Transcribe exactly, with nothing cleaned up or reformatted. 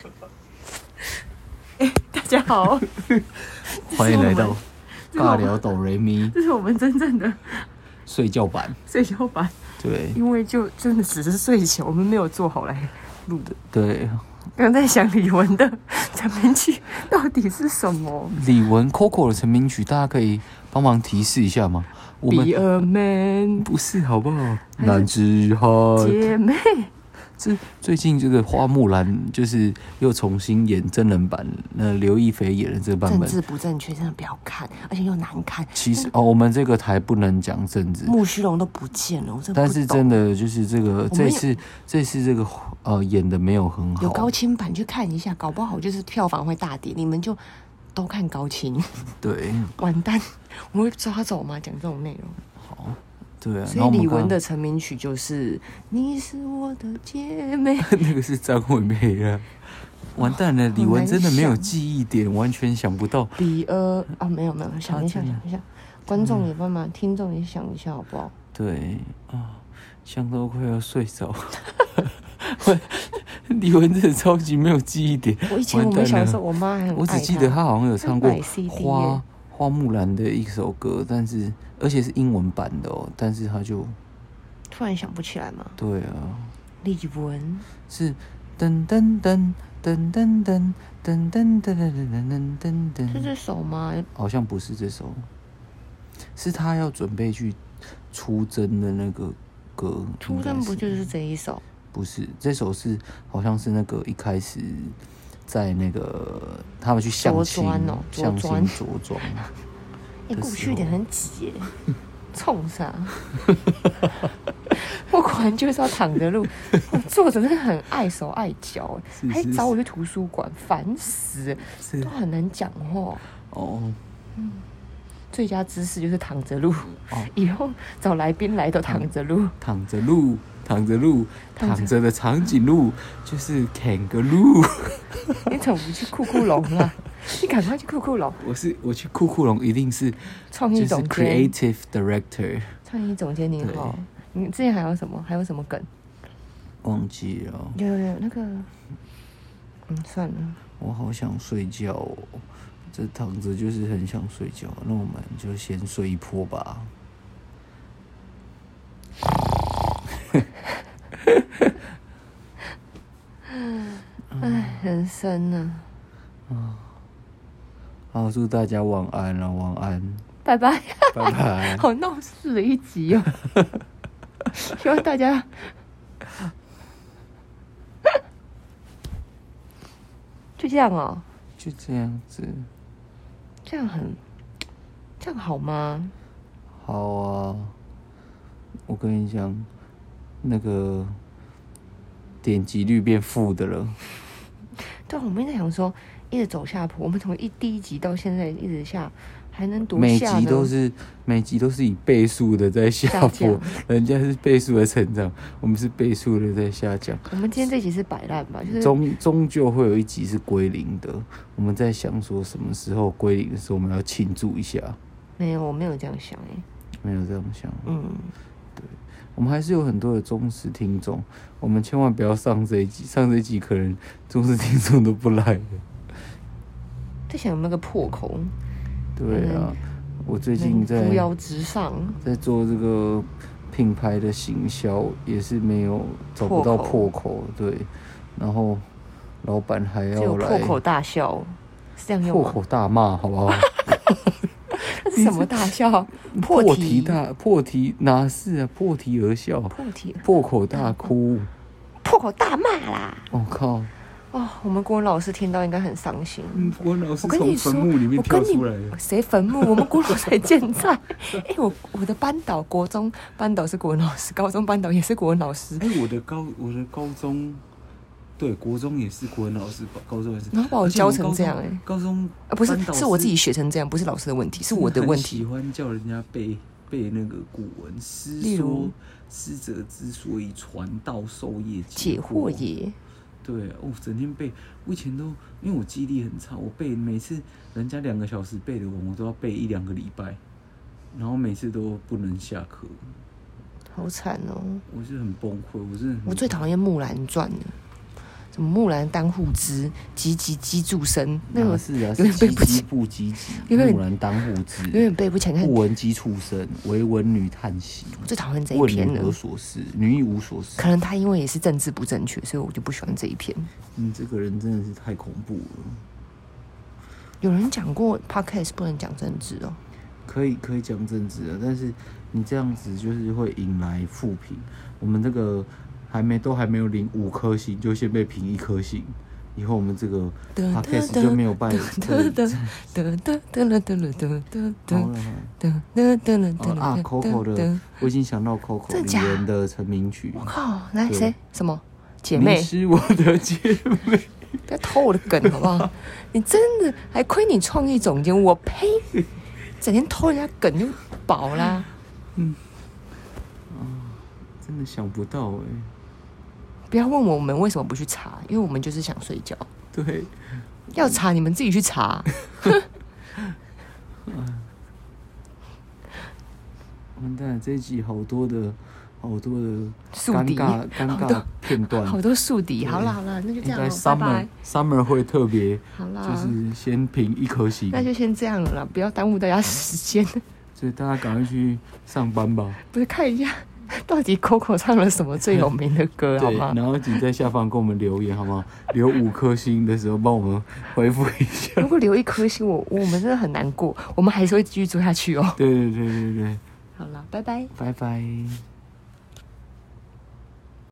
欸、大家好， 欢迎来到尬聊哆瑞咪， 这是我们真正的睡觉版。 睡觉版， 对， 因为就真的只是睡前，我们没有做好来录的。 对， 刚在想李玟的成名曲到底是什么？ 李玟 Coco 的成名曲，大家可以帮忙提示一下吗？我们 Be a man 不是好不好？男子汉姐妹。 这最近这个花木兰就是又重新演真人版，那刘亦菲演的这个版本， 政治不正确，真的不要看，而且又难看。 其实、那個、哦，我们这个台不能讲政治， 木须龙都不见了，我真的不懂。 但是真的就是这个这次这次这个呃演的没有很好， 有高清版去看一下，搞不好就是票房会大跌，你们就都看高清。 对， 完蛋，我会抓走吗？讲这种内容。 好。对啊， 所以李玟的成名曲就是《你是我的姐妹》， 那个是张惠妹啊。完蛋了，李玟真的没有记忆点，完全想不到。 比呃啊，没有没有，想一下想一下，观众也帮忙，听众也想一下好不好？ 对啊，想到快要睡着。李玟真的超级没有记忆点。 我以前我们小时候，我妈还很爱她， 我只记得她好像有唱过花 《花木兰》的一首歌，但是而且是英文版的哦，但是她就突然想不起来嘛。 对啊， 李玟是噔噔噔噔噔噔噔噔噔噔噔噔噔， 是这首吗？ 好像不是这首，是她要准备去出征的那个歌。 出征不就是这一首？ 不是，这首是好像是那个一开始在那个他们去相亲， 哦、 相亲着装。 哎，过去一点很挤耶，冲啥？我果然就是要躺着录，我坐着真的很碍手碍脚，还找我去图书馆，烦死，都很难讲话。哦，嗯，最佳姿势就是躺着录，哦、以后找来宾来都躺着录， 躺着录。躺着录，躺着的长颈鹿就是 kangaroo。 你怎么不去酷酷龙啦？你赶快去酷酷龙。 我是我去酷酷龙，一定是创意总监 ，creative director。 创意总监您好，你之前还有什么？还有什么梗？ 忘记了。 有有有那个，嗯，算了。 我好想睡觉哦，这躺着就是很想睡觉。那我们就先睡一波吧。 唉，人生啊！ 啊，好，祝大家晚安了，晚安， 拜拜， 拜拜。 好闹事的一集哦，希望大家就这样哦， 就这样子， 这样很，这样好吗？ 好啊，我跟你讲，那个点击率变负的了。 对啊，我们在想说，一直走下坡，我们从一第一集到现在一直下，还能多下呢？ 每集都是每集都是以倍数的在下坡，人家是倍数的成长，我们是倍数的在下降。 我们今天这集是摆烂吧？就是终终究会有一集是归零的。我们在想说，什么时候归零的时候，我们要庆祝一下。 没有，我没有这样想哎、欸， 没有这样想。 嗯， 对。我们还是有很多的忠实听众，我们千万不要上这一集，上这一集可能忠实听众都不来了。 在想有没有个破口？ 对啊，嗯、我最近在扶摇直上， 在做这个品牌的行销，也是没有找不到破口，对，然后老板还要来破口大笑，是这样用吗？ 破口大骂，好不好？ 这是什么大笑？ 破题大破题哪是啊？破题而笑， 破题破口大哭， 破口大骂啦！ 我、哦、靠！ 哦，我们国文老师听到应该很伤心。 嗯，国文老师从坟墓里面跳出来了。 谁坟墓？我们国文老师还健在。哎、欸，我我的班导，国中班导是国文老师，高中班导也是国文老师。 哎、欸，我的高我的高中。对，国中也是国文老师，高中也是， 然后把我教成这样哎、欸。 高中啊不是，是我自己学成这样，不是老师的问题，是我的问题。 喜欢叫人家背背那个古文诗说，师者之所以传道授业解惑也。 对哦，整天背，我以前都因为我记忆力很差，我背每次人家两个小时背的文，我都要背一两个礼拜，然后每次都不能下课， 好惨哦！ 我是很崩溃，我真的。 我最讨厌《木兰传》了。 什么木兰当户织，急急机杼声，那个是啊， 有点背不起， 不积极。 有点木兰当户织， 有点背不起来。 不闻机杼声，惟闻女叹息。 最讨厌这一篇了。 问女何所思？女亦无所思。 可能他因为也是政治不正确，所以我就不喜欢这一篇。 嗯，这个人真的是太恐怖了。 有人讲过 podcast 不能讲政治哦。 可以可以讲政治的，但是你这样子就是会引来负评。我们这个还没都还没有领五颗星，就先被评一颗星，以后我们这个 podcast 就没有办法。啊 ，Coco 的，我已经想到 Coco 李玟的成名曲。 我靠，来谁？什么姐妹？ 你是我的姐妹。 不要偷我的梗好不好？你真的还亏你创意总监，我呸！整天偷人家梗就饱啦。嗯， 啊，真的想不到哎、欸。 不要问我们为什么不去查，因为我们就是想睡觉。 对， 要查你们自己去查。 完蛋了，这一集好多的。好多的尴尬尴尬片段， 好多宿敌。好啦好啦，那就这样了，拜拜。 Summer 会特别， 好啦， 就是先评一颗星。 那就先这样了啦，不要耽误大家时间。 所以大家赶快去上班吧。 不是看一下，到底 Coco 唱了什么最有名的歌，好吗？ 然后请在下方给我们留言，好吗？留五颗星的时候帮我们回复一下。 如果留一颗星，我我们真的很难过，我们还是会继续做下去哦。 对对对对对。 好了，拜拜， 拜拜。